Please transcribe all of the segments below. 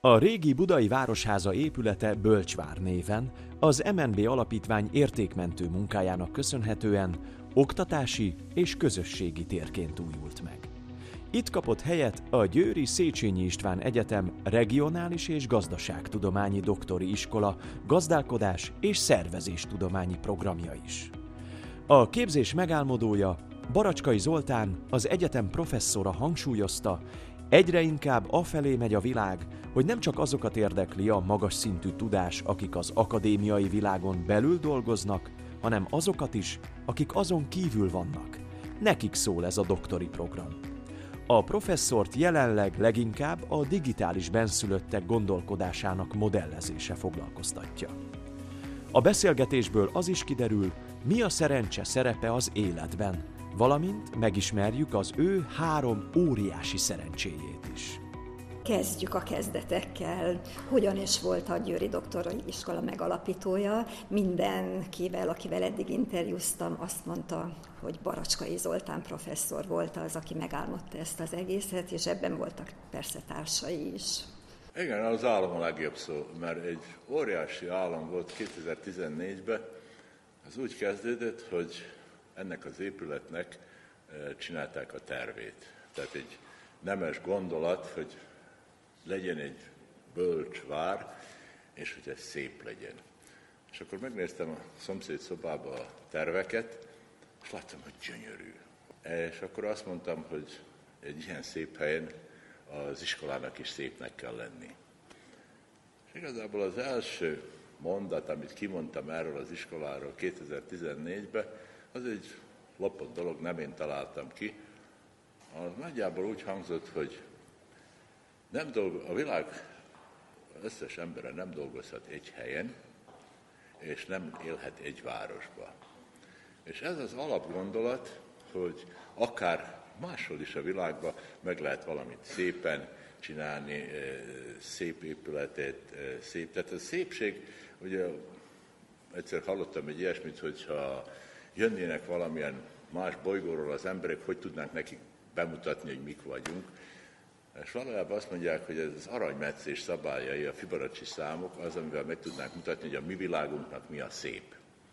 A régi budai városháza épülete Bölcsvár néven az MNB Alapítvány értékmentő munkájának köszönhetően oktatási és közösségi térként újult meg. Itt kapott helyet a győri Széchenyi István Egyetem regionális és gazdaságtudományi doktori iskola gazdálkodás és szervezéstudományi programja is. A képzés megálmodója, Baracskai Zoltán, az egyetem professzora hangsúlyozta, egyre inkább afelé megy a világ, hogy nem csak azokat érdekli a magas szintű tudás, akik az akadémiai világon belül dolgoznak, hanem azokat is, akik azon kívül vannak. Nekik szól ez a doktori program. A professzort jelenleg leginkább a digitális bennszülöttek gondolkodásának modellezése foglalkoztatja. A beszélgetésből az is kiderül, mi a szerencse szerepe az életben, valamint megismerjük az ő 3 óriási szerencséjét is. Kezdjük a kezdetekkel. Hogyan is volt a győri doktori iskola megalapítója? Mindenkivel, akivel eddig interjúztam, azt mondta, hogy Baracskai Zoltán professzor volt az, aki megálmodta ezt az egészet, és ebben voltak persze társai is. Igen, az álom a legjobb szó, mert egy óriási álom volt 2014-ben. Az úgy kezdődött, hogy ennek az épületnek csinálták a tervét. Tehát egy nemes gondolat, hogy legyen egy bölcs vár, és hogy ez szép legyen. És akkor megnéztem a szomszéd szobába a terveket, és láttam, hogy gyönyörű. És akkor azt mondtam, hogy egy ilyen szép helyen az iskolának is szépnek kell lenni. És igazából az első mondat, amit kimondtam erről az iskoláról 2014-ben, az egy lopott dolog, nem én találtam ki. Az nagyjából úgy hangzott, hogy a világ összes embere nem dolgozhat egy helyen, és nem élhet egy városba. És ez az alapgondolat, hogy akár máshol is a világban meg lehet valamit szépen csinálni, szép épületet, szép. Tehát a szépség, ugye egyszer hallottam egy ilyesmit, hogyha jönnének valamilyen más bolygóról az emberek, hogy tudnánk nekik bemutatni, hogy mik vagyunk. És valójában azt mondják, hogy ez az aranymetszés szabályai, a Fibonacci számok, az, amivel meg tudnánk mutatni, hogy a mi világunknak mi a szép.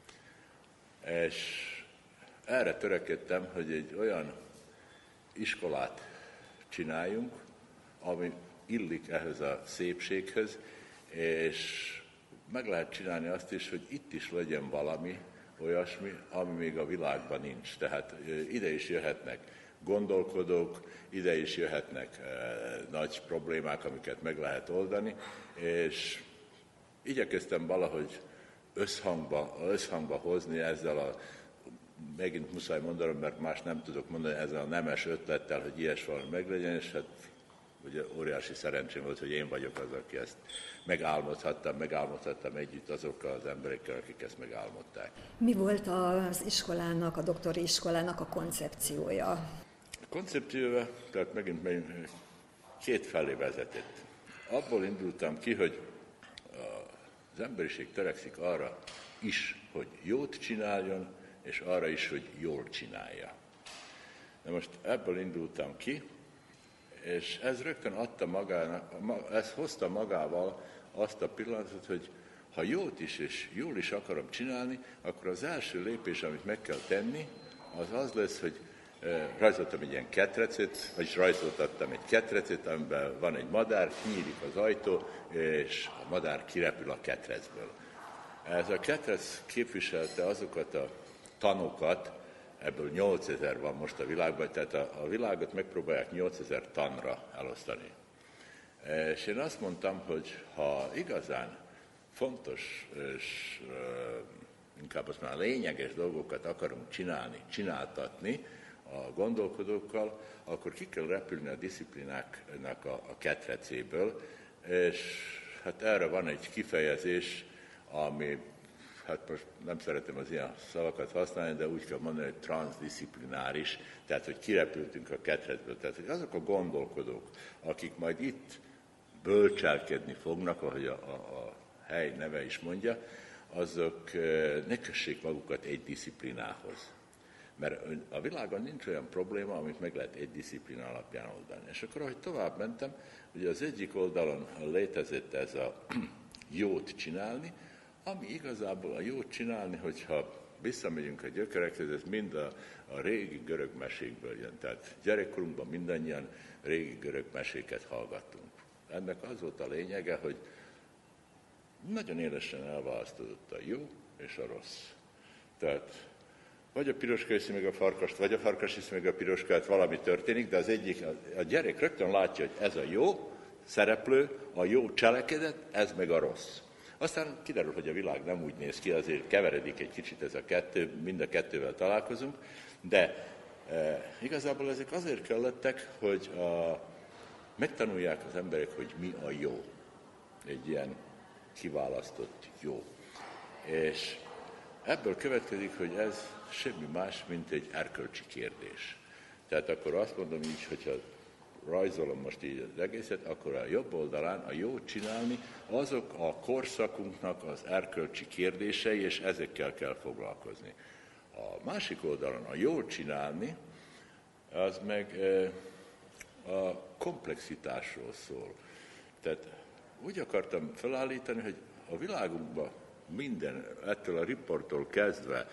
És erre törekedtem, hogy egy olyan iskolát csináljunk, ami illik ehhez a szépséghez, és meg lehet csinálni azt is, hogy itt is legyen valami olyasmi, ami még a világban nincs. Tehát ide is jöhetnek gondolkodók, ide is jöhetnek nagy problémák, amiket meg lehet és igyekeztem valahogy összhangba hozni ezzel a, megint muszáj mondanom, mert más nem tudok mondani, ezzel a nemes ötlettel, hogy ilyes valami meglegyen, és hát ugye óriási szerencsém volt, hogy én vagyok az, aki ezt megálmodhattam együtt azokkal az emberekkel, akik ezt megálmodták. Mi volt az iskolának, a doktori iskolának a koncepciója? A koncepciója, tehát megint két felé vezetett. Abból indultam ki, hogy az emberiség törekszik arra is, hogy jót csináljon, és arra is, hogy jól csinálja. De most ebből indultam ki, és ez rögtön ez hozta magával azt a pillanatot, hogy ha jót is és jól is akarom csinálni, akkor az első lépés, amit meg kell tenni, az lesz, hogy rajzoltam egy ilyen ketrecet, vagyis rajzoltattam egy ketrecet, amiben van egy madár, kinyílik az ajtó, és a madár kirepül a ketrecből. Ez a ketrec képviselte azokat a tanokat, ebből 8000 van most a világban, tehát a világot megpróbálják 8000 tanra elosztani. És én azt mondtam, hogy ha igazán fontos és inkább azt már lényeges dolgokat akarunk csináltatni a gondolkodókkal, akkor ki kell repülni a diszciplináknak a ketrecéből, és hát erre van egy kifejezés, ami, hát most nem szeretem az ilyen szavakat használni, de úgy kell mondani, hogy transzdisziplináris, tehát hogy kirepültünk a ketrecből. Tehát hogy azok a gondolkodók, akik majd itt bölcselkedni fognak, ahogy a hely neve is mondja, azok ne kössék magukat egy disziplinához. Mert a világon nincs olyan probléma, amit meg lehet egy disziplína alapján oldani. És akkor, ahogy tovább mentem, ugye az egyik oldalon létezett ez a jót csinálni, ami igazából a jót csinálni, hogyha visszamegyünk a gyökerekhez, ez mind a régi görög mesékből jön. Tehát gyerekkorunkban mindannyian régi görög meséket hallgattunk. Ennek az volt a lényege, hogy nagyon élesen elválasztódott a jó és a rossz. Tehát vagy a piroska iszi meg a farkast, vagy a farkas iszi meg a piroskát, valami történik, de az egyik, a gyerek rögtön látja, hogy ez a jó szereplő, a jó cselekedet, ez meg a rossz. Aztán kiderül, hogy a világ nem úgy néz ki, azért keveredik egy kicsit ez a kettő, mind a kettővel találkozunk, de igazából ezek azért kellettek, hogy megtanulják az emberek, hogy mi a jó. Egy ilyen kiválasztott jó. És ebből következik, hogy ez semmi más, mint egy erkölcsi kérdés. Tehát akkor azt mondom így, hogyha rajzolom most így az egészet, akkor a jobb oldalán a jót csinálni, azok a korszakunknak az erkölcsi kérdései, és ezekkel kell foglalkozni. A másik oldalon a jót csinálni, az meg a komplexitásról szól. Tehát úgy akartam felállítani, hogy a világunkban minden, ettől a riporttól kezdve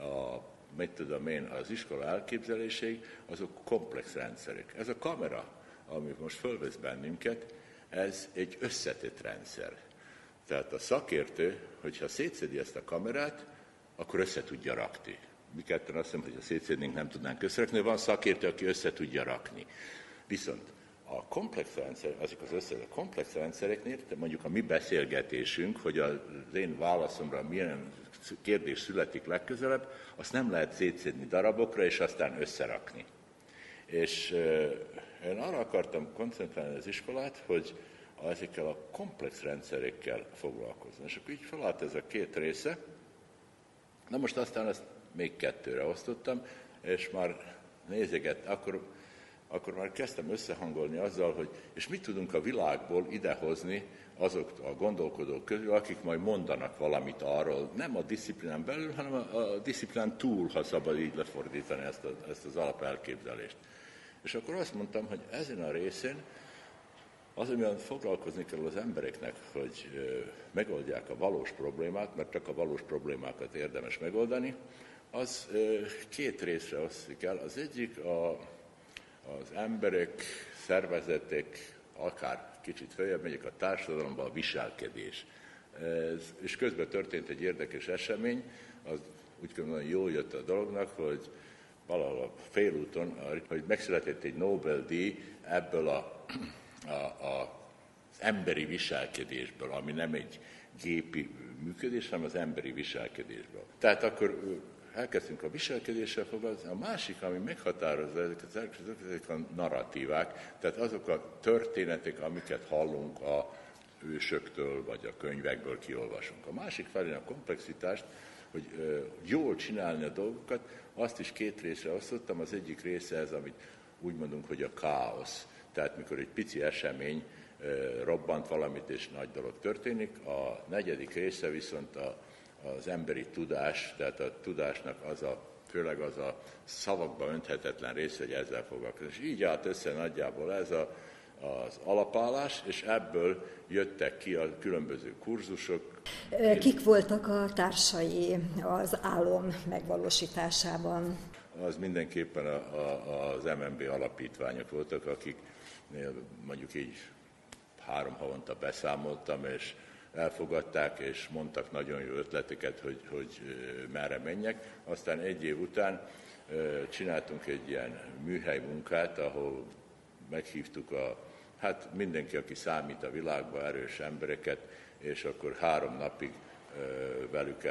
az iskola elképzeléség, azok komplex rendszerek. Ez a kamera, ami most fölvesz bennünket, ez egy összetett rendszer. Tehát a szakértő, hogyha szétszedi ezt a kamerát, akkor össze tudja rakni. Mi ketten azt hiszem, hogy ha szétszednénk, nem tudnánk összerakni, van szakértő, aki össze tudja rakni. Viszont a komplex rendszer, a komplex rendszereknél, mondjuk a mi beszélgetésünk, hogy az én válaszomra milyen kérdés születik legközelebb, azt nem lehet szétszedni darabokra, és aztán összerakni. És én arra akartam koncentrálni az iskolát, hogy ezekkel a komplex rendszerekkel foglalkozni. És akkor így felállt ez a két része. Na most aztán ezt még kettőre osztottam, és már nézeget, akkor már kezdtem összehangolni azzal, hogy és mit tudunk a világból idehozni azok a gondolkodók közül, akik majd mondanak valamit arról, nem a disziplinán belül, hanem a disziplinán túl, ha szabad így lefordítani ezt az alapelképzelést. És akkor azt mondtam, hogy ezen a részén az, amivel foglalkozni kell az embereknek, hogy megoldják a valós problémát, mert csak a valós problémákat érdemes megoldani, az két részre osztik el. Az egyik az emberek, szervezetek, akár kicsit följebb megyek a társadalomban, a viselkedés. És közben történt egy érdekes esemény, az úgy gondolom, jól jött a dolognak, hogy valahol a félúton, hogy megszületett egy Nobel-díj ebből az emberi viselkedésből, ami nem egy gépi működés, hanem az emberi viselkedésből. Tehát akkor elkezdtünk a viselkedéssel foglalkozni. A másik, ami meghatározza ezek a narratívák, tehát azok a történetek, amiket hallunk a ősöktől, vagy a könyvekből kiolvasunk. A másik felén a komplexitást, hogy jól csinálni a dolgokat, azt is két részre osztottam. Az egyik része ez, amit úgy mondunk, hogy a káosz. Tehát mikor egy pici esemény robbant valamit, és nagy dolog történik. A negyedik része viszont az emberi tudás, tehát a tudásnak főleg az a szavakba önthetetlen része, hogy ezzel foglalkozni. És így állt össze nagyjából ez az alapállás, és ebből jöttek ki a különböző kurzusok. Kik voltak a társai az álom megvalósításában? Az mindenképpen az MNB alapítványok voltak, akik mondjuk így 3 havonta beszámoltam, és elfogadták, és mondtak nagyon jó ötleteket, hogy merre menjek. Aztán egy év után csináltunk egy ilyen műhely munkát, ahol meghívtuk mindenki, aki számít a világban, erős embereket, és akkor 3 napig velük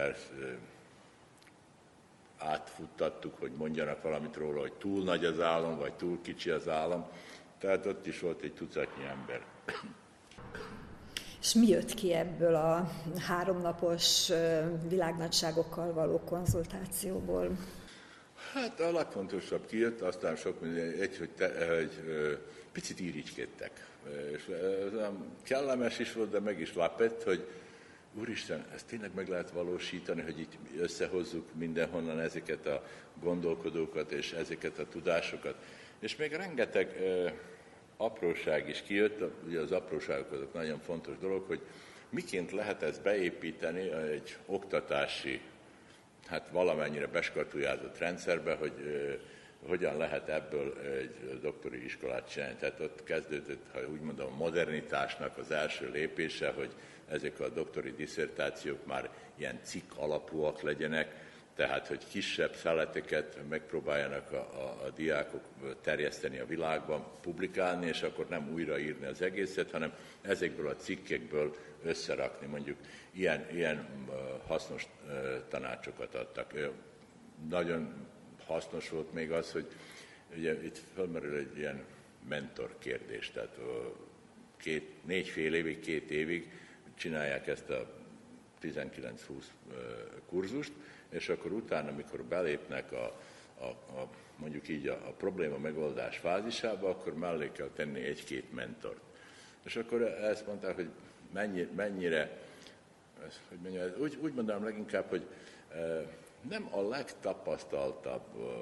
átfuttattuk, hogy mondjanak valamit róla, hogy túl nagy az álom, vagy túl kicsi az álom. Tehát ott is volt egy tucatnyi ember. És mi jött ki ebből a 3 napos világnagyságokkal való konzultációból? Hát a legfontosabb kijött, aztán sok minden, hogy picit irigykedtek. És kellemes is volt, de meg is lepett, hogy úristen, ezt tényleg meg lehet valósítani, hogy itt összehozzuk mindenhonnan ezeket a gondolkodókat és ezeket a tudásokat. És még rengeteg apróság is kijött, ugye az apróságok azok nagyon fontos dolog, hogy miként lehet ezt beépíteni egy oktatási, hát valamennyire beskatujázott rendszerbe, hogy hogyan lehet ebből egy doktori iskolát csinálni. Tehát ott kezdődött, ha úgy mondom, a modernitásnak az első lépése, hogy ezek a doktori disszertációk már ilyen cikk alapúak legyenek, tehát hogy kisebb szeleteket megpróbáljanak a diákok terjeszteni a világban, publikálni, és akkor nem újraírni az egészet, hanem ezekből a cikkekből összerakni, mondjuk ilyen hasznos tanácsokat adtak. Nagyon hasznos volt még az, hogy ugye itt felmerül egy ilyen mentor kérdés, tehát 4 fél évig, 2 évig csinálják ezt a 19-20 kurzust, és akkor utána, amikor belépnek mondjuk így a probléma megoldás fázisába, akkor mellé kell tenni 1-2 mentort. És akkor ezt mondták, hogy mennyire, úgy mondanám leginkább, hogy nem a legtapasztaltabb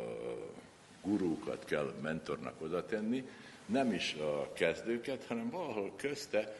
gurúkat kell mentornak oda tenni, nem is a kezdőket, hanem valahol közte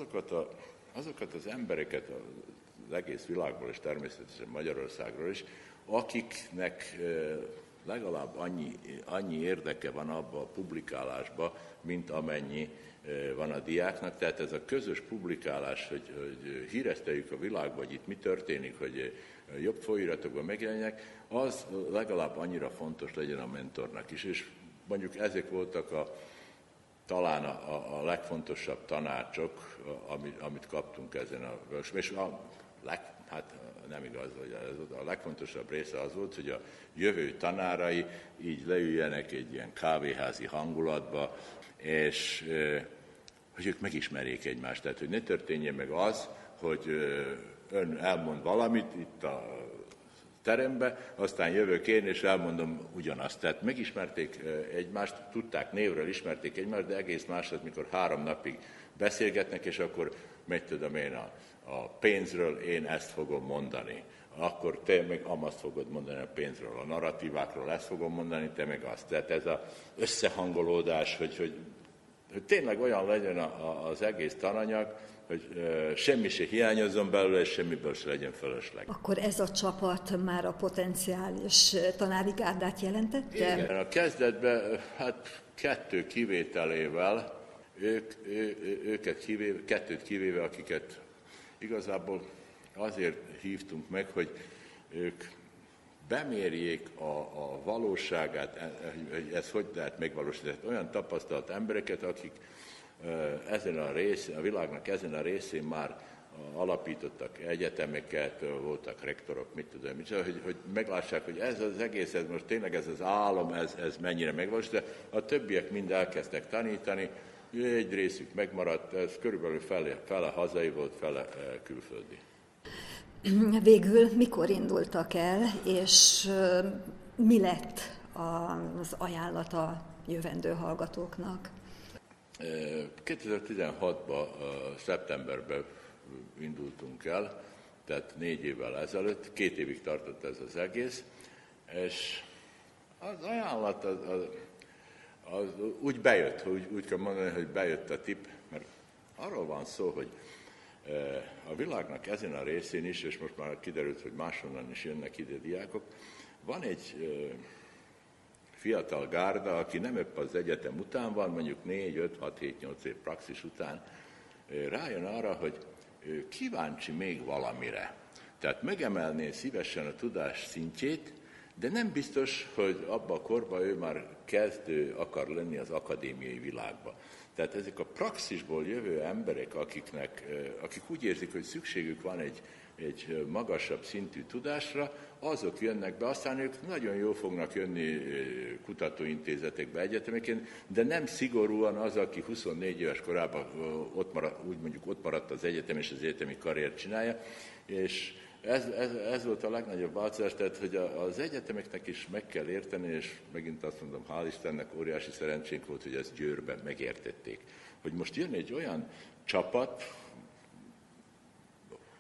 azokat az embereket az egész világból, és természetesen Magyarországról is, akiknek legalább annyi érdeke van abba a publikálásba, mint amennyi van a diáknak. Tehát ez a közös publikálás, hogy híreszteljük a világba, hogy itt mi történik, hogy jobb folyóiratokban megjelenjenek, az legalább annyira fontos legyen a mentornak is. És mondjuk ezek voltak talán a legfontosabb tanácsok, amit kaptunk ezen a workshopon. És hát nem igaz, hogy a legfontosabb része az volt, hogy a jövő tanárai így leüljenek egy ilyen kávéházi hangulatba, és hogy ők megismerjék egymást. Tehát, hogy ne történjen meg az, hogy ön elmond valamit itt a terembe, aztán jövök én, és elmondom ugyanazt. Tehát megismerték egymást, tudták névről, ismerték egymást, de egész más az, mikor 3 napig beszélgetnek, és akkor megy tudom én a pénzről, én ezt fogom mondani. Akkor te meg azt fogod mondani a pénzről, a narratívákról ezt fogom mondani, te meg azt. Tehát ez az összehangolódás, hogy tényleg olyan legyen az egész tananyag, hogy semmi se hiányozzon belőle, és semmiből se legyen fölösleg. Akkor ez a csapat már a potenciális tanári gárdát jelentette? Igen, a kezdetben, hát 2 kivételével, őket kivéve, 2 kivéve, akiket igazából azért hívtunk meg, hogy ők bemérjék a valóságát, hogy ez hogy lehet megvalósítani. Olyan tapasztalt embereket, akik a világnak ezen a részén már alapítottak egyetemeket, voltak rektorok, mit tudom, hogy meglássák, hogy ez az egész, ez most tényleg ez az álom, ez mennyire megvalósít, de a többiek mind elkezdtek tanítani, egy részük megmaradt, ez körülbelül fele hazai volt, fele külföldi. Végül mikor indultak el, és mi lett az ajánlata jövendő hallgatóknak? 2016-ban, szeptemberben indultunk el, tehát 4 évvel ezelőtt, 2 évig tartott ez az egész, és az ajánlat az úgy bejött, úgy kell mondani, hogy bejött a tipp, mert arról van szó, hogy a világnak ezen a részén is, és most már kiderült, hogy máshonnan is jönnek ide diákok, van egy fiatal gárda, aki nem épp az egyetem után van, mondjuk 4, 5, 6, 7, 8 év praxis után, rájön arra, hogy kíváncsi még valamire. Tehát megemelné szívesen a tudás szintjét, de nem biztos, hogy abba a korban ő már kezdő akar lenni az akadémiai világba. Tehát ezek a praxisból jövő emberek, akik úgy érzik, hogy szükségük van egy magasabb szintű tudásra, azok jönnek be, aztán ők nagyon jól fognak jönni kutatóintézetekbe, egyetemeken, de nem szigorúan az, aki 24 éves korában ott maradt az egyetem és az egyetemi karriert csinálja, és ez volt a legnagyobb változás, tehát hogy az egyetemeknek is meg kell érteni, és megint azt mondom, hál' Istennek óriási szerencsénk volt, hogy ezt Győrben megértették. Hogy most jön egy olyan csapat,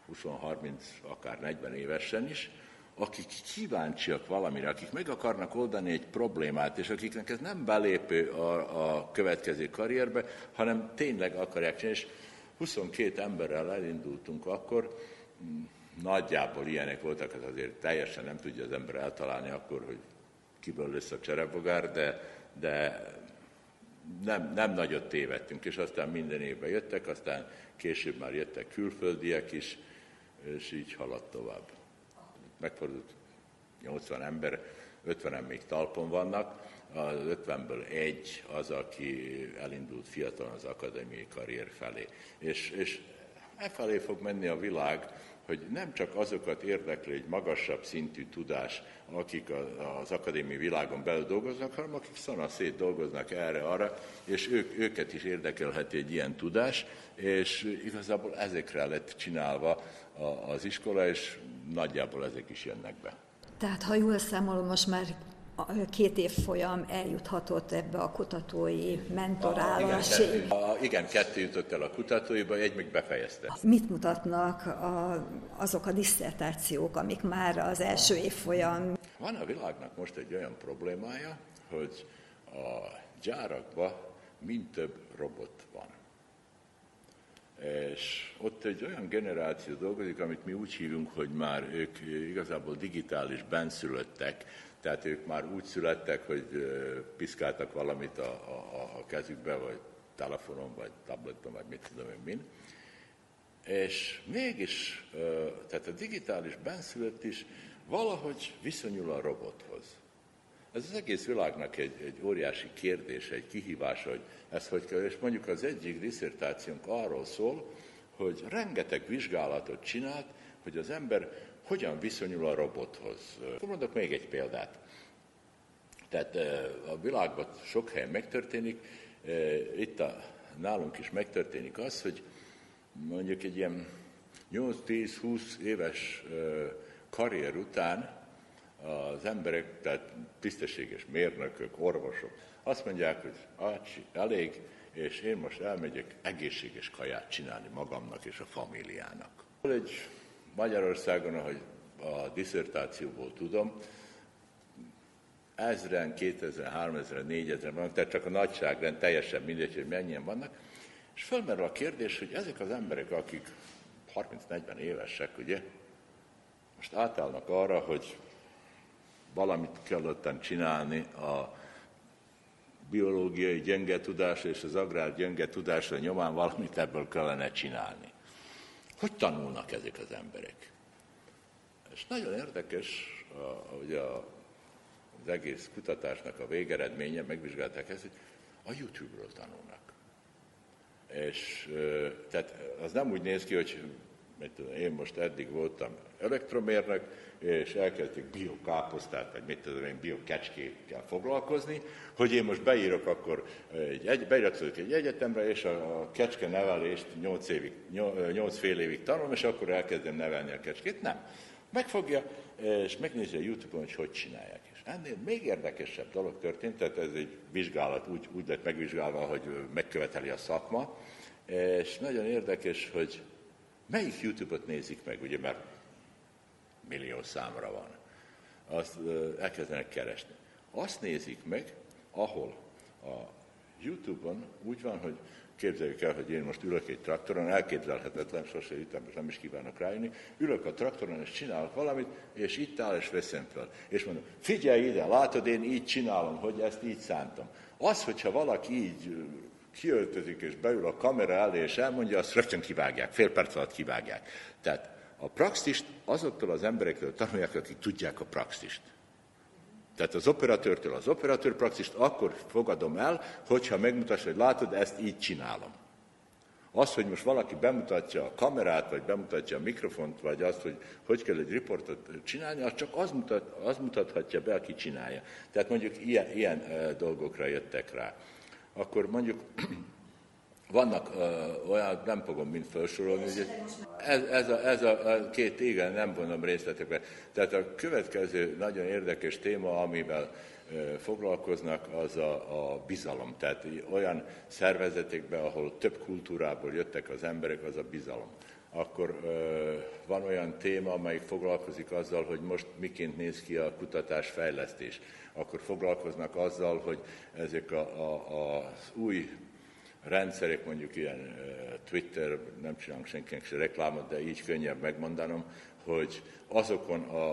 20-30, akár 40 évesen is, akik kíváncsiak valamire, akik meg akarnak oldani egy problémát, és akiknek ez nem belépő a következő karrierbe, hanem tényleg akarják csinálni. És 22 emberrel elindultunk akkor, nagyjából ilyenek voltak, az azért teljesen nem tudja az ember eltalálni akkor, hogy kiből lesz a cserebogár, de nem nagyot tévedtünk, és aztán minden évben jöttek, aztán később már jöttek külföldiek is, és így haladt tovább. Megfordult 80 ember, 50-en még talpon vannak, az 50-ből egy az, aki elindult fiatalon az akadémiai karrier felé. És felé fog menni a világ, hogy nem csak azokat érdekli egy magasabb szintű tudás, akik az akadémiai világon belül dolgoznak, hanem akik szanaszét dolgoznak erre-arra, és őket is érdekelheti egy ilyen tudás, és igazából ezekre lett csinálva az iskola, és nagyjából ezek is jönnek be. Tehát, ha jól számolom, most már 2 évfolyam eljuthatott ebbe a kutatói mentorálási... Igen, 2 jutott el a kutatóiba, egy még befejezte. Mit mutatnak azok a disszertációk, amik már az első évfolyam? Van a világnak most egy olyan problémája, hogy a gyárakban mind több robot van. És ott egy olyan generáció dolgozik, amit mi úgy hívunk, hogy már ők igazából digitális benszülöttek, tehát ők már úgy születtek, hogy piszkáltak valamit a kezükbe, vagy telefonon, vagy tableton, vagy mit tudom én min. És mégis, tehát a digitális benszülött is valahogy viszonyul a robothoz. Ez az egész világnak egy óriási kérdés, egy kihívása, hogy ez hogy kell. És mondjuk az egyik disszertációnk arról szól, hogy rengeteg vizsgálatot csinált, hogy az ember hogyan viszonyul a robothoz. Mondok még egy példát. Tehát a világban sok helyen megtörténik, itt nálunk is megtörténik az, hogy mondjuk egy ilyen 8-10-20 éves karrier után az emberek, tehát tisztességes mérnökök, orvosok azt mondják, hogy elég, és én most elmegyek egészséges kaját csinálni magamnak és a familiának. Egy Magyarországon, ahogy a disszertációból tudom, 1000-en, 2000, 3000, 4000 vannak, tehát csak a nagyságrend teljesen mindegy, hogy mennyien vannak, és fölmerül a kérdés, hogy ezek az emberek, akik 30-40 évesek, ugye, most átállnak arra, hogy valamit kell ottan csinálni a biológiai gyenge tudásra és az agrár gyenge tudásra nyomán valamit ebből kellene csinálni. Hogy tanulnak ezek az emberek? És nagyon érdekes, hogy az egész kutatásnak a végeredménye, megvizsgálták ezt, hogy a YouTube-ról tanulnak. És tehát az nem úgy néz ki, hogy én most eddig voltam elektromérnök, és elkezdték biokáposztát, vagy mit tudom én, biokecskékkel foglalkozni, hogy én most beírok akkor, beiratkozok egy egyetemre, és a kecske nevelést 8 fél évig tanulom, és akkor elkezdem nevelni a kecskét. Nem. Megfogja, és megnézi a YouTube-on, hogy csinálják. És ennél még érdekesebb dolog történt, tehát ez egy vizsgálat, úgy lett megvizsgálva, hogy megköveteli a szakma, és nagyon érdekes, hogy melyik YouTube-ot nézik meg, ugye, mert millió számra van. Azt elkezdenek keresni. Azt nézik meg, ahol a YouTube-on úgy van, hogy képzeljük el, hogy én most ülök egy traktoron, elképzelhetetlen, sose jöttem, és nem is kívánok rájönni, ülök a traktoron, és csinálok valamit, és itt áll, és veszem fel. És mondom, figyelj ide, látod, én így csinálom, hogy ezt így szántam. Az, hogyha valaki így kiöltözik, és beül a kamera elé, és elmondja, azt rögtön kivágják, fél perc alatt kivágják. Tehát a praxist azoktól az emberektől tanulják, akik tudják a praxist. Tehát az operatőrtől az operatőr praxist akkor fogadom el, hogyha megmutatja, hogy látod, ezt így csinálom. Az, hogy most valaki bemutatja a kamerát, vagy bemutatja a mikrofont, vagy azt, hogy kell egy riportot csinálni, az csak az mutathatja be, aki csinálja. Tehát mondjuk ilyen dolgokra jöttek rá. Akkor mondjuk Vannak olyan, nem fogom mind felsorolni, ez a két, igen, nem vonom részletekbe. Tehát a következő nagyon érdekes téma, amivel foglalkoznak, az a bizalom. Tehát olyan szervezetekben, ahol több kultúrából jöttek az emberek, az a bizalom. Akkor van olyan téma, amelyik foglalkozik azzal, hogy most miként néz ki a kutatás-fejlesztés. Akkor foglalkoznak azzal, hogy ezek az új rendszerek, mondjuk ilyen Twitter, nem csinálunk senkinek se reklámot, de így könnyebb megmondanom, hogy azok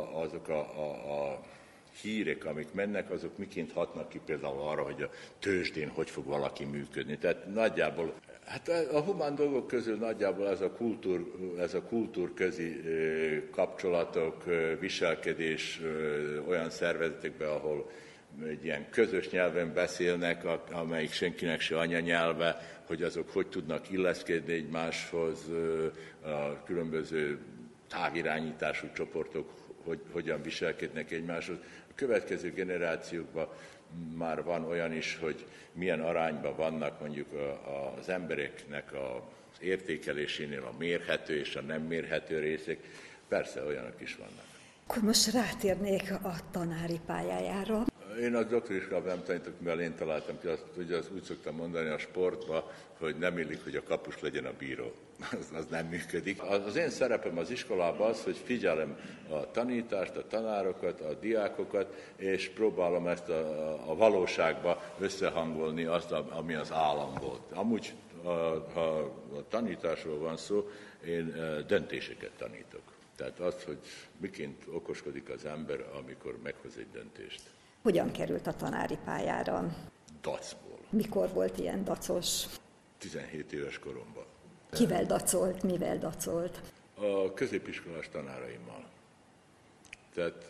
a hírek, amik mennek, azok miként hatnak ki például arra, hogy a tőzsdén hogy fog valaki működni. Tehát nagyjából, hát a humán dolgok közül nagyjából ez a kultúrközi kapcsolatok, viselkedés olyan szervezetekben, ahol egy ilyen közös nyelven beszélnek, amelyik senkinek se anyanyelve, hogy azok hogy tudnak illeszkedni egymáshoz, a különböző távirányítású csoportok hogyan viselkednek egymáshoz. A következő generációkban már van olyan is, hogy milyen arányban vannak mondjuk az embereknek az értékelésénél a mérhető és a nem mérhető részek. Persze olyanok is vannak. Akkor most rátérnék a tanári pályájára. Én a doktoriskolában nem tanítok, mivel én találtam ki, hogy úgy szoktam mondani a sportban, hogy nem illik, hogy a kapus legyen a bíró. Az nem működik. Az én szerepem az iskolában az, hogy figyelem a tanítást, a tanárokat, a diákokat, és próbálom ezt a valóságba összehangolni azt, ami az állam volt. Amúgy, ha a tanításról van szó, én döntéseket tanítok. Tehát az, hogy miként okoskodik az ember, amikor meghoz egy döntést. Hogyan került a tanári pályára? Dacból. Mikor volt ilyen dacos? 17 éves koromban. Kivel dacolt, mivel dacolt? A középiskolás tanáraimmal. Tehát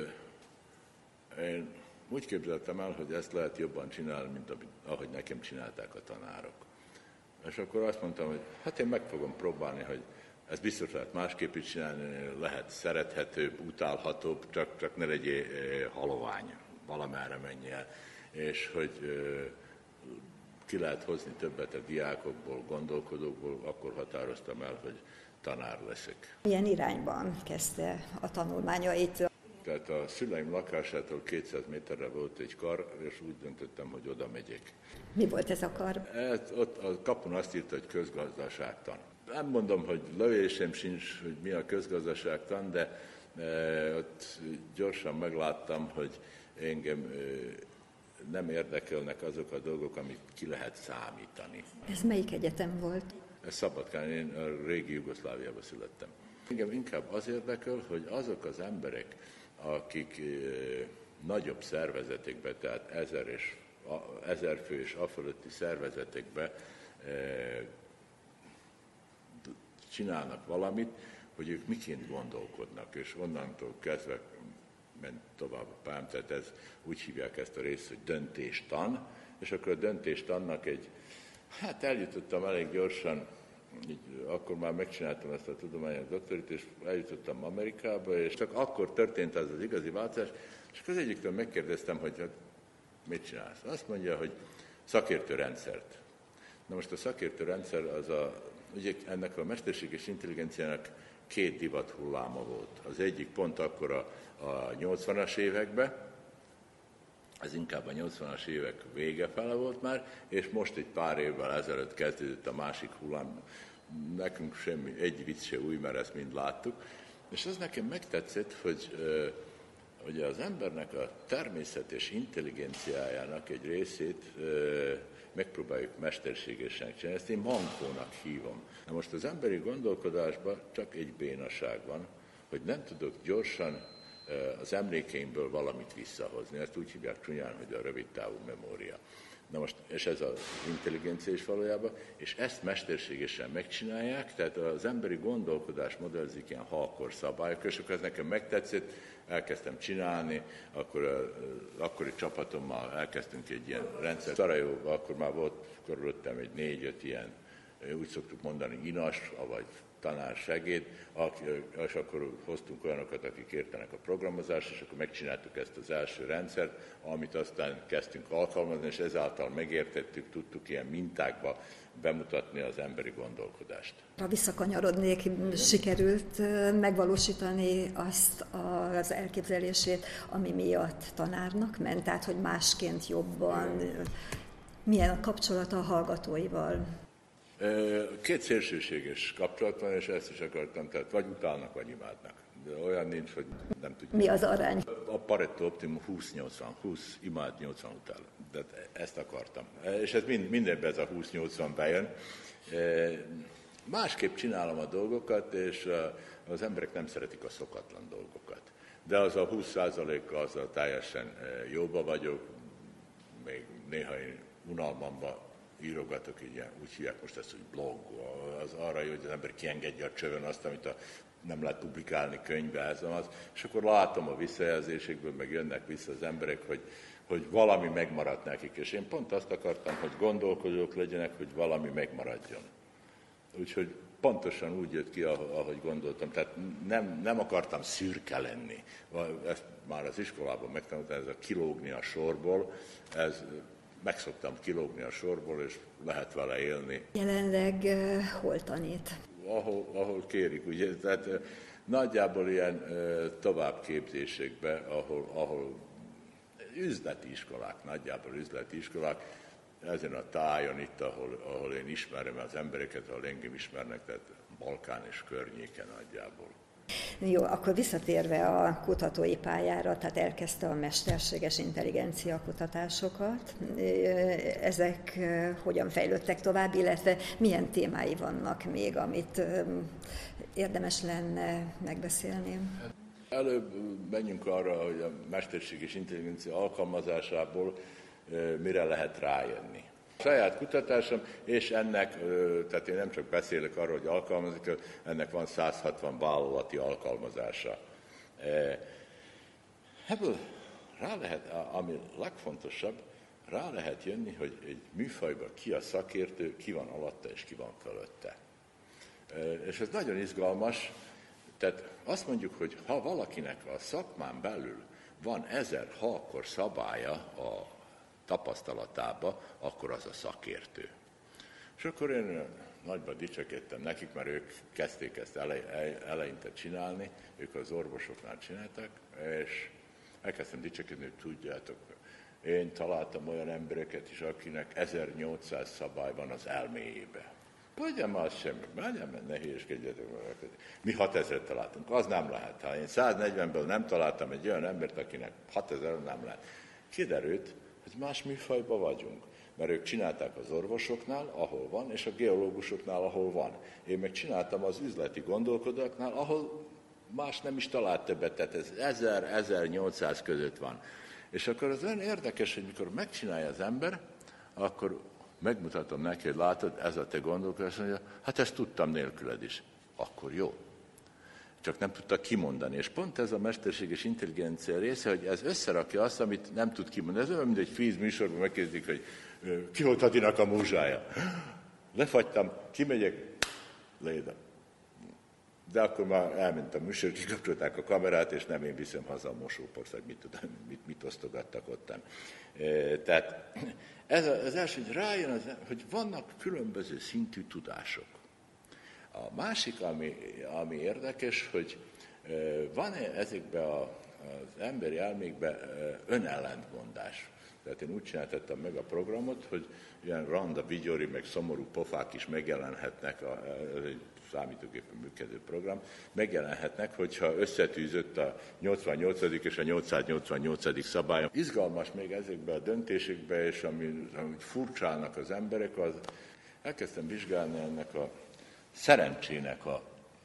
én úgy képzeltem el, hogy ezt lehet jobban csinálni, mint ahogy nekem csinálták a tanárok. És akkor azt mondtam, hogy hát én meg fogom próbálni, hogy ez biztos lehet másképp is csinálni, lehet szerethetőbb, utálhatóbb, csak ne legyél halovány, valamerre menj el. És hogy ki lehet hozni többet a diákokból, gondolkodókból, akkor határoztam el, hogy tanár leszek. Milyen irányban kezdte a tanulmányait? Tehát a szüleim lakásától 200 méterre volt egy kar, és úgy döntöttem, hogy oda megyek. Mi volt ez a kar? Ott a kapun azt írta, hogy közgazdaságtan. Nem mondom, hogy lövésem sincs, hogy mi a közgazdaságtan, de ott gyorsan megláttam, hogy engem nem érdekelnek azok a dolgok, amit ki lehet számítani. Ez melyik egyetem volt? Ez Szabadkán, én a régi Jugoszláviában születtem. Engem inkább az érdekel, hogy azok az emberek, akik nagyobb szervezetekbe, tehát 1000 fő és afölötti szervezetekbe csinálnak valamit, hogy ők miként gondolkodnak, és onnantól kezdve ment tovább a pályám, tehát úgy hívják ezt a részt, hogy döntéstan, és akkor a döntéstannak hát eljutottam elég gyorsan, akkor már megcsináltam ezt a tudományos doktorit, és eljutottam Amerikába, és csak akkor történt az igazi változás, és az egyiktől megkérdeztem, hogy hát, mit csinálsz? Azt mondja, hogy szakértőrendszert. Na most a szakértőrendszer ugye ennek a mesterséges intelligenciának 2 divat hulláma volt. Az egyik pont akkor a 80-as években, ez inkább a 80-as évek vége fele volt már, és most egy pár évvel ezelőtt kezdődött a másik hullám. Nekünk egy vicc se új, mert ezt mind láttuk. És az nekem megtetszett, hogy az embernek a természetes intelligenciájának egy részét megpróbáljuk mesterségesen csinálni. Ezt én mankónak hívom. Na most az emberi gondolkodásban csak egy bénaság van, hogy nem tudok gyorsan az emlékeimből valamit visszahozni. Ezt úgy hívják csúnyán, hogy a rövidtávú memória. Na most, és ez az intelligencia is valójában, és ezt mesterségesen megcsinálják, tehát az emberi gondolkodás modellezik ilyen halkor szabályok, és akkor ez nekem megtetszett, elkezdtem csinálni, akkori csapatommal elkezdtünk egy ilyen rendszer. Szarajóban akkor már volt körülöttem egy 4-5 ilyen úgy szoktuk mondani, inas, vagy tanársegéd, és akkor hoztunk olyanokat, akik értenek a programozást, és akkor megcsináltuk ezt az első rendszert, amit aztán kezdtünk alkalmazni, és ezáltal megértettük, tudtuk ilyen mintákba bemutatni az emberi gondolkodást. Ha visszakanyarodnék, sikerült megvalósítani azt az elképzelését, ami miatt tanárnak ment, tehát hogy másként jobban, milyen a kapcsolata a hallgatóival? Két szélsőséges kapcsolat van, és ezt is akartam, tehát vagy utálnak, vagy imádnak. De olyan nincs, hogy nem tudjuk. Mi az arány? A Pareto Optimum 20-80, 20 imád, 80 utál. De ezt akartam. És ez mindenben ez a 20-80 bejön. Másképp csinálom a dolgokat, és az emberek nem szeretik a szokatlan dolgokat. De az a 20%-kal azzal teljesen jóba vagyok, még néha én unalmamba írogatok, úgy hívják most ezt, hogy blog, az arra jó, hogy az ember kiengedje a csövön azt, amit nem lehet publikálni könyvbe, és akkor látom a visszajelzésekből, meg jönnek vissza az emberek, hogy valami megmaradt nekik, és én pont azt akartam, hogy gondolkodók legyenek, hogy valami megmaradjon. Úgyhogy pontosan úgy jött ki, ahogy gondoltam, tehát nem akartam szürke lenni. Ezt már az iskolában megtanultam, ez a kilógni a sorból, megszoktam kilógni a sorból, és lehet vele élni. Jelenleg hol tanít? Ahol kérik, ugye, tehát nagyjából ilyen továbbképzésekben, ahol üzleti iskolák, nagyjából üzleti iskolák, ezen a tájon itt, ahol én ismerem az embereket, ahol engem ismernek, tehát Balkán és környéken nagyjából. Jó, akkor visszatérve a kutatói pályára, tehát elkezdte a mesterséges intelligencia kutatásokat. Ezek hogyan fejlődtek tovább, illetve milyen témái vannak még, amit érdemes lenne megbeszélni? Előbb menjünk arra, hogy a mesterséges intelligencia alkalmazásából mire lehet rájönni. A saját kutatásom, és ennek, tehát én nem csak beszélek arról, hogy alkalmazik, ennek van 160 vállalati alkalmazása. Ebből rá lehet, ami legfontosabb, rá lehet jönni, hogy egy műfajban ki a szakértő, ki van alatta és ki van fölötte. És ez nagyon izgalmas, tehát azt mondjuk, hogy ha valakinek a szakmán belül van 1000 halkor szabálya a tapasztalatába, akkor az a szakértő. És akkor én nagyban dicsekedtem nekik, mert ők kezdték ezt eleinte csinálni, ők az orvosoknál csináltak, és elkezdtem dicsekedni, hogy tudjátok, én találtam olyan embereket is, akinek 1800 szabály van az elméjébe. Mondjam már azt semmi, ne hülyeskedjetek. Mi 6000-et találtunk, az nem lehet. Ha én 140-ből nem találtam egy olyan embert, akinek 6000 nem lehet. Kiderült, hogy más műfajban vagyunk, mert ők csinálták az orvosoknál, ahol van, és a geológusoknál, ahol van. Én meg csináltam az üzleti gondolkodóknál, ahol más nem is talált többet, tehát ez 1000-1800 között van. És akkor az olyan érdekes, hogy mikor megcsinálja az ember, akkor megmutatom neki, hogy látod, ez a te gondolkodás, mondja, hát ezt tudtam nélküled is. Akkor jó. Csak nem tudta kimondani. És pont ez a mesterséges intelligencia része, hogy ez összerakja azt, amit nem tud kimondani. Ez olyan, mint egy kvíz műsorban megkezdik, hogy ki volt Adinak a múzsája. Lefagytam, kimegyek, lédem. De akkor már elment a műsor, kikapcsolták a kamerát, és nem én viszem haza a mosóport, vagy mit osztogattak ottan. Tehát ez az első, hogy rájön, hogy vannak különböző szintű tudások. A másik, ami érdekes, hogy van ezekben az emberi elmékben önellentmondás. Tehát én úgy csináltattam meg a programot, hogy ilyen randa, vigyori, meg szomorú pofák is megjelenhetnek, ez egy számítógépen működő program, megjelenhetnek, hogyha összetűzött a 88. és a 888. szabály. Izgalmas még ezekben a döntésekben, és amit furcsálnak az emberek, az elkezdtem vizsgálni ennek a szerencsének a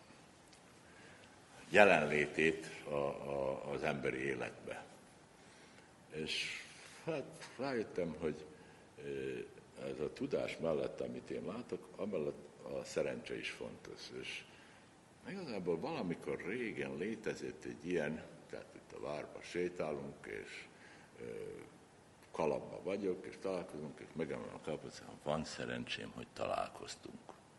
jelenlétét az emberi életbe. És hát rájöttem, hogy ez a tudás mellett, amit én látok, amellett a szerencse is fontos. És igazából valamikor régen létezett egy ilyen, tehát itt a várban sétálunk, és kalapban vagyok, és találkozunk, és megemelem a kalapot, van szerencsém, hogy találkoztunk.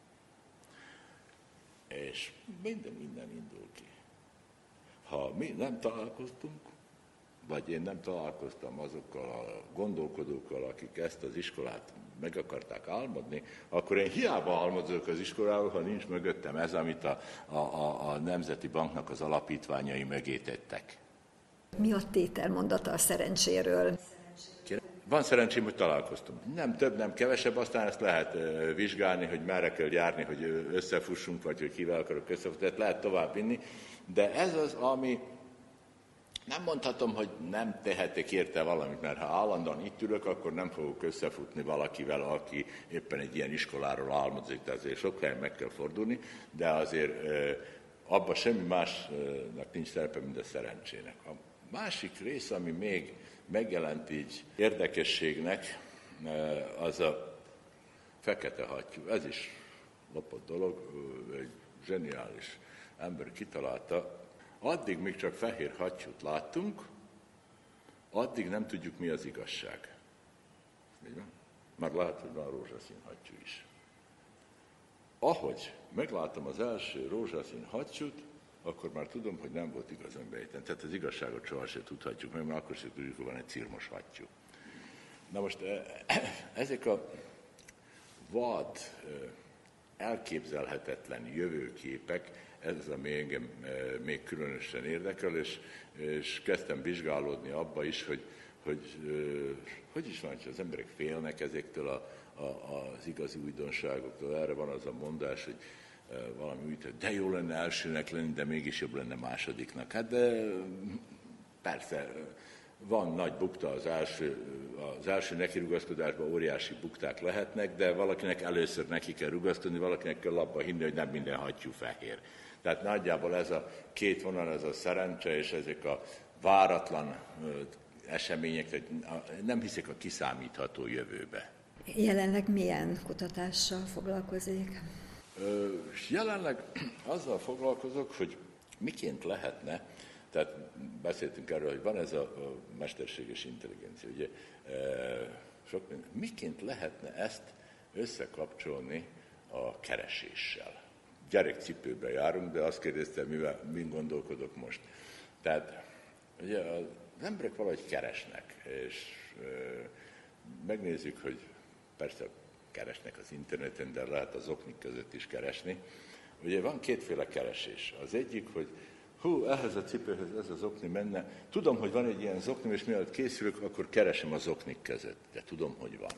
És minden innen indul ki. Ha mi nem találkoztunk, vagy én nem találkoztam azokkal a gondolkodókkal, akik ezt az iskolát meg akarták álmodni, akkor én hiába álmodok az iskoláról, ha nincs mögöttem ez, amit a Nemzeti Banknak az alapítványai mögé tettek. Mi a tételmondata a szerencséről? Van szerencsém, hogy találkoztunk. Nem több, nem kevesebb, aztán ezt lehet vizsgálni, hogy merre kell járni, hogy összefussunk, vagy hogy kivel akarok összefutni, tehát lehet tovább vinni. De ez az, ami nem mondhatom, hogy nem tehetek érte valamit, mert ha állandóan itt ülök, akkor nem fogok összefutni valakivel, aki éppen egy ilyen iskoláról álmodik, tehát azért sok helyen meg kell fordulni, de azért abban semmi másnak nincs szerepe, mint a szerencsének. A másik rész, ami még megjelent így érdekességnek, az a fekete hattyú. Ez is lopott dolog, egy zseniális ember kitalálta. Addig még csak fehér hattyút láttunk, addig nem tudjuk, mi az igazság. Már lehet, hogy van rózsaszín hattyú is. Ahogy megláttam az első rózsaszín hattyút, akkor már tudom, hogy nem volt igaz önbejten. Tehát az igazságot sohasem tudhatjuk meg, mert akkor sem tudjuk, hogy van egy cirmos hattyú. Na most ezek a vad, elképzelhetetlen jövőképek, ez az, ami engem még különösen érdekel, és kezdtem vizsgálódni abba is, hogy is van, hogy az emberek félnek ezektől az igazi újdonságoktól. Erre van az a mondás, hogy valami úgy, hogy de jó lenne elsőnek lenni, de mégis jobb lenne másodiknak. Hát de persze, van nagy bukta az első nekirugaszkodásban, óriási bukták lehetnek, de valakinek először neki kell rugaszkodni, valakinek kell abba hinni, hogy nem minden hattyú fehér. Tehát nagyjából ez a két vonal, ez a szerencse, és ezek a váratlan események, nem hiszek a kiszámítható jövőbe. Jelenleg milyen kutatással foglalkozik? Jelenleg azzal foglalkozok, hogy miként lehetne, tehát beszéltünk erről, hogy van ez a mesterséges intelligencia, ugye, miként lehetne ezt összekapcsolni a kereséssel. Gyerekcipőben járunk, de azt kérdeztem, min gondolkodok most. Tehát ugye az emberek valahogy keresnek, és megnézzük, hogy persze keresnek az interneten, de lehet az oknik között is keresni. Ugye van kétféle keresés. Az egyik, hogy ehhez a cipőhöz ez az okni menne. Tudom, hogy van egy ilyen zoknim, és mielőtt készülök, akkor keresem az oknik között. De tudom, hogy van.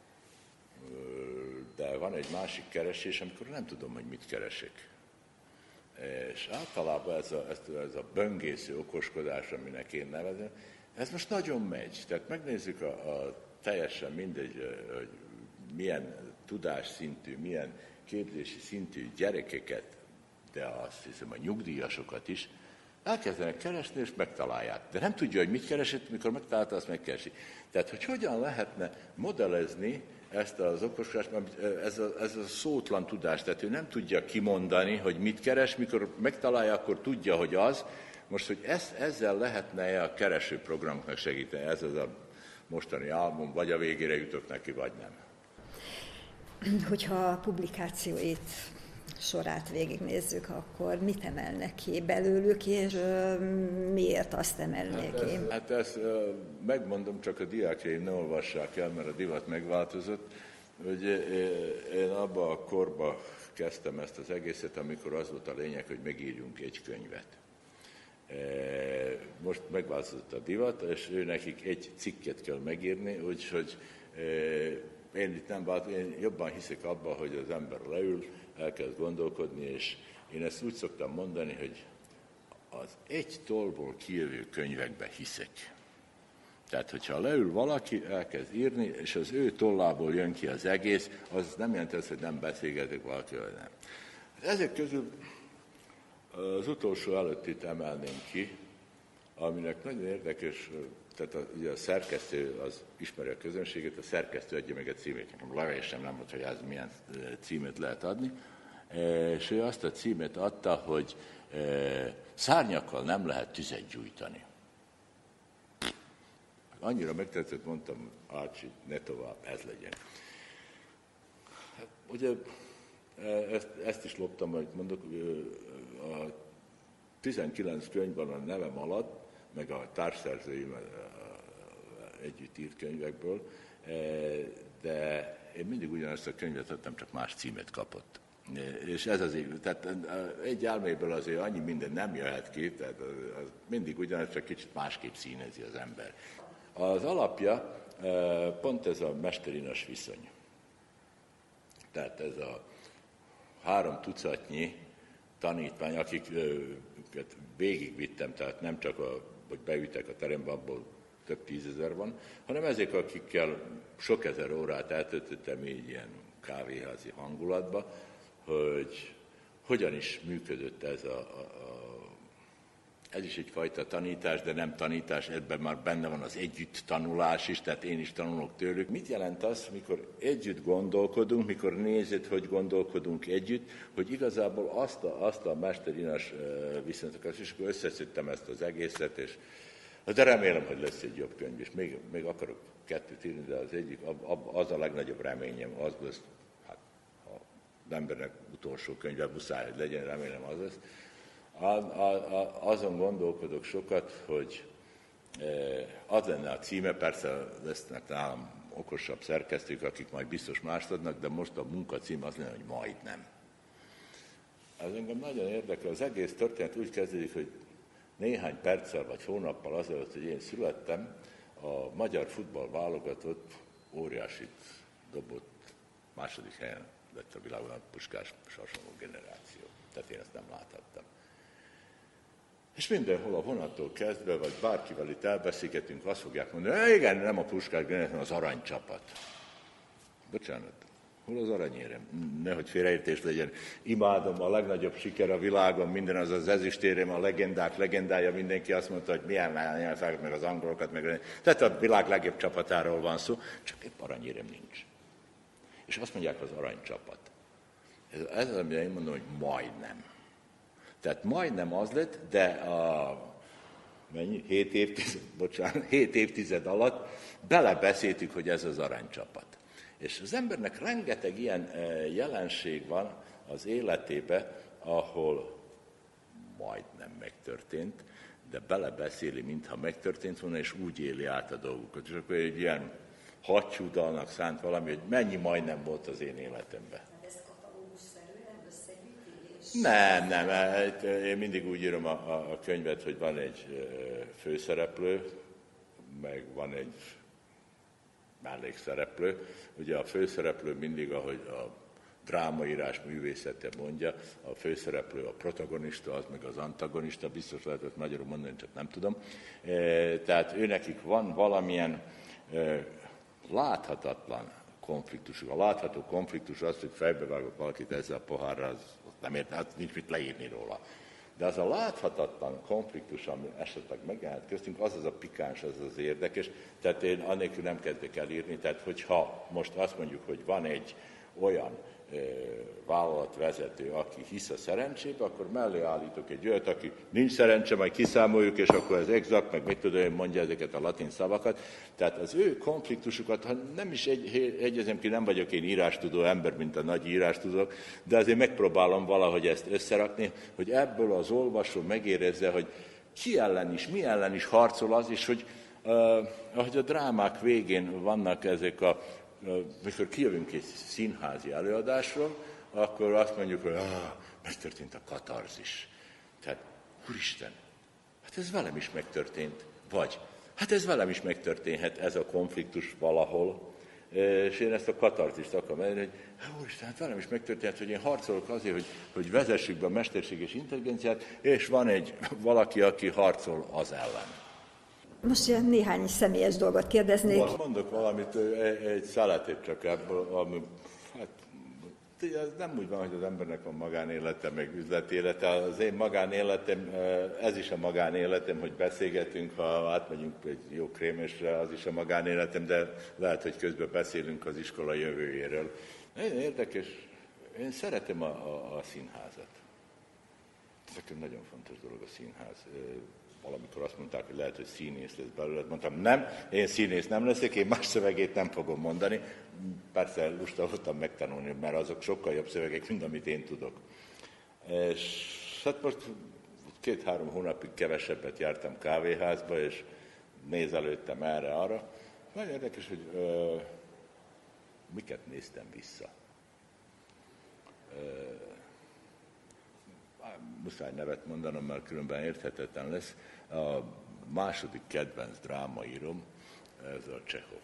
De van egy másik keresés, amikor nem tudom, hogy mit keresek. És általában ez a böngésző okoskodás, aminek én nevezem, ez most nagyon megy. Tehát megnézzük a teljesen mindegy, hogy milyen tudásszintű, milyen képzési szintű gyerekeket, de azt hiszem a nyugdíjasokat is, elkezdenek keresni, és megtalálják. De nem tudja, hogy mit keresett, mikor megtalálta, azt megkeresi. Tehát, hogy hogyan lehetne modellezni ezt az okoskodást, ez a szótlan tudás, tehát ő nem tudja kimondani, hogy mit keres, mikor megtalálja, akkor tudja, hogy az. Most, hogy ezzel lehetne a keresőprogramoknak segíteni, ez az a mostani álmom, vagy a végére jutok neki, vagy nem. Hogyha a publikációit sorát végignézzük, akkor mit emelnek ki belőlük, és miért azt emelnék ki? Hát ezt megmondom, csak a diákjaim ne olvassák el, mert a divat megváltozott, hogy én abba a korba kezdtem ezt az egészet, amikor az volt a lényeg, hogy megírjunk egy könyvet. Most megváltozott a divat, és ő nekik egy cikket kell megírni, úgyhogy én jobban hiszek abba, hogy az ember leül, elkezd gondolkodni, és én ezt úgy szoktam mondani, hogy az egy tollból kijövő könyvekbe hiszek. Tehát, hogyha leül valaki, elkezd írni, és az ő tollából jön ki az egész, az nem jelenti azt, hogy nem beszélgetek valakivel, nem. Ezek közül az utolsó előttit emelném ki, aminek nagyon érdekes, tehát ugye a szerkesztő az ismeri a közönséget, a szerkesztő adja meg a címét. Legalább sem nem volt, hogy ez milyen címet lehet adni. És ő azt a címet adta, hogy szárnyakkal nem lehet tüzet gyújtani. Annyira megtetszett, mondtam, Ácsi, ne tovább, ez legyen. Hát, ugye ezt is loptam, amit mondok, a 19 könyv van a nevem alatt, meg a társszerzőim együtt írt könyvekből, de én mindig ugyanazt a könyvet adtam, csak más címet kapott. És ez azért, tehát egy elméből azért annyi minden nem jöhet ki, tehát az mindig ugyanaz, csak kicsit másképp színezi az ember. Az alapja pont ez a mester-inas viszony. Tehát ez a 3 tucatnyi tanítvány, akiket végigvittem, tehát nem csak, hogy beütek a terembe, abból több 10 000 van, hanem ezek, akikkel sok ezer órát eltöltöttem így ilyen kávéházi hangulatba, hogy hogyan is működött ez ez is egyfajta tanítás, de nem tanítás, ebben már benne van az együtt tanulás is, tehát én is tanulok tőlük. Mit jelent az, mikor együtt gondolkodunk, mikor nézed, hogy gondolkodunk együtt, hogy igazából azt a mester-inas viszontokat, és akkor összeszedtem ezt az egészet, és de remélem, hogy lesz egy jobb könyv, és még akarok 2 írni, de az egyik, az a legnagyobb reményem, az lesz, hát az embernek utolsó könyve muszáj, hogy legyen, remélem az lesz. Azon gondolkodok sokat, hogy az lenne a címe, persze lesznek nálam okosabb szerkesztők, akik majd biztos mást adnak, de most a munkacím az lenne, hogy majdnem. Ez engem nagyon érdekel, az egész történet úgy kezdődik, hogy néhány perccel vagy hónappal azelőtt, hogy én születtem, a magyar futballválogatott óriásit dobott, második helyen lett a világon a Puskás és hasonló generáció. Tehát én ezt nem láthattam. És mindenhol a vonattól kezdve, vagy bárkivel itt elbeszélgetünk, azt fogják mondani, igen, nem a Puskás generáció, hanem az aranycsapat. Bocsánat, hol az aranyérem? Nehogy félreértés legyen. Imádom, a legnagyobb siker a világon, minden az ezüstérem, a legendák legendája, mindenki azt mondta, hogy milyen nyelvek, meg az angolokat, meg... Tehát a világ legjobb csapatáról van szó, csak épp aranyérem nincs. És azt mondják, az aranycsapat. Ez az, amire én mondom, hogy majdnem. Tehát majdnem az lett, de 7 évtized alatt belebeszéltük, hogy ez az aranycsapat. És az embernek rengeteg ilyen jelenség van az életébe, ahol majdnem megtörtént, de belebeszéli, mintha megtörtént volna, és úgy éli át a dolgokat. És akkor egy ilyen hadcsúdalnak szánt valami, hogy mennyi majdnem volt az én életemben. Ez katalógusszerű, nem összegyűjtés? Nem. Én mindig úgy írom a könyvet, hogy van egy főszereplő, meg van egy mellékszereplő. Ugye a főszereplő mindig, ahogy a drámaírás művészete mondja, a főszereplő a protagonista, az meg az antagonista, biztos lehetett magyarul mondani, csak nem tudom. Tehát őnekik van valamilyen láthatatlan konfliktusuk. A látható konfliktus az, hogy fejbevágok valakit ezzel a pohárral, az nem ért, hát nincs mit leírni róla. De az a láthatatlan konfliktus, ami esetleg megjelent köztünk, az a pikáns, az az érdekes, tehát én annélkül nem kezdek el írni, tehát hogyha most azt mondjuk, hogy van egy olyan vállalatvezető, aki hisz a szerencsébe, akkor mellé állítok egy olyat, aki nincs szerencse, majd kiszámoljuk, és akkor ez exakt, meg mit tudom, mondja ezeket a latin szavakat. Tehát az ő konfliktusukat, ha nem is egyezem ki, nem vagyok én írástudó ember, mint a nagy írástudók, de azért megpróbálom valahogy ezt összerakni, hogy ebből az olvasó megérezze, hogy ki ellen is, mi ellen is harcol az, és hogy ahogy a drámák végén vannak ezek mikor kijövünk egy színházi előadásról, akkor azt mondjuk, hogy megtörtént a katarzis. Tehát, úristen, hát ez velem is megtörtént. Vagy, hát ez velem is megtörténhet, ez a konfliktus valahol. És én ezt a katarzist akarom mondani, hogy úristen, hát velem is megtörténhet, hogy én harcolok azért, hogy vezessük be a mesterséges intelligenciát, és van valaki, aki harcol az ellen. Most néhány személyes dolgot kérdeznék. Most mondok valamit, egy szeletét csak ebből, ami, hát ez nem úgy van, hogy az embernek van magánélete, meg üzletélete. Az én magánéletem, ez is a magánéletem, hogy beszélgetünk, ha átmegyünk egy jó krémesre, az is a magánéletem, de lehet, hogy közben beszélünk az iskola jövőjéről. Nagyon érdekes, én szeretem a színházat. Ez nekem nagyon fontos dolog a színház. Valamikor azt mondták, hogy lehet, hogy színész lesz belőle. Mondtam, nem, én színész nem leszek, én más szövegét nem fogom mondani. Persze lusta voltam megtanulni, mert azok sokkal jobb szövegek, mint amit én tudok. És hát most 2-3 hónapig kevesebbet jártam kávéházba, és nézelődtem erre-arra. Nagyon érdekes, hogy miket néztem vissza. Muszáj nevet mondanom, mert különben érthetetlen lesz. A második kedvenc drámaírom, ez a Csehov.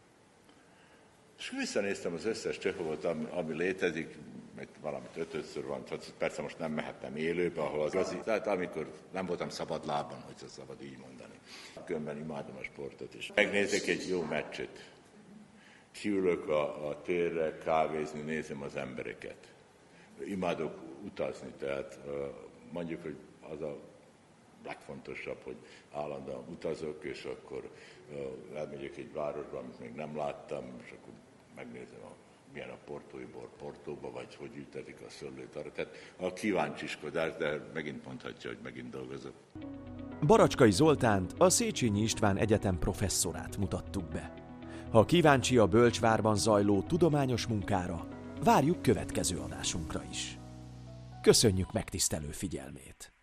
És visszanéztem az összes Csehovot, ami létezik, meg valamit 5-ször van, persze most nem mehettem élőbe, ahol az tehát amikor nem voltam szabad lábon, hogy ezt szabad így mondani. Különben imádom a sportot is. Megnézek egy jó meccset. Kiülök a térre, kávézni, nézem az embereket. Imádok utazni, tehát mondjuk, hogy az a legfontosabb, hogy állandóan utazok, és akkor elmegyek egy városba, amit még nem láttam, és akkor megnézem, milyen a portói bor Portóba, vagy hogy ültetik a szőlőt arra. Tehát a kíváncsiskodás, de megint mondhatja, hogy megint dolgozok. Baracskai Zoltánt, a Széchenyi István Egyetem professzorát mutattuk be. Ha kíváncsi a Bölcsvárban zajló tudományos munkára, várjuk következő adásunkra is. Köszönjük megtisztelő figyelmét!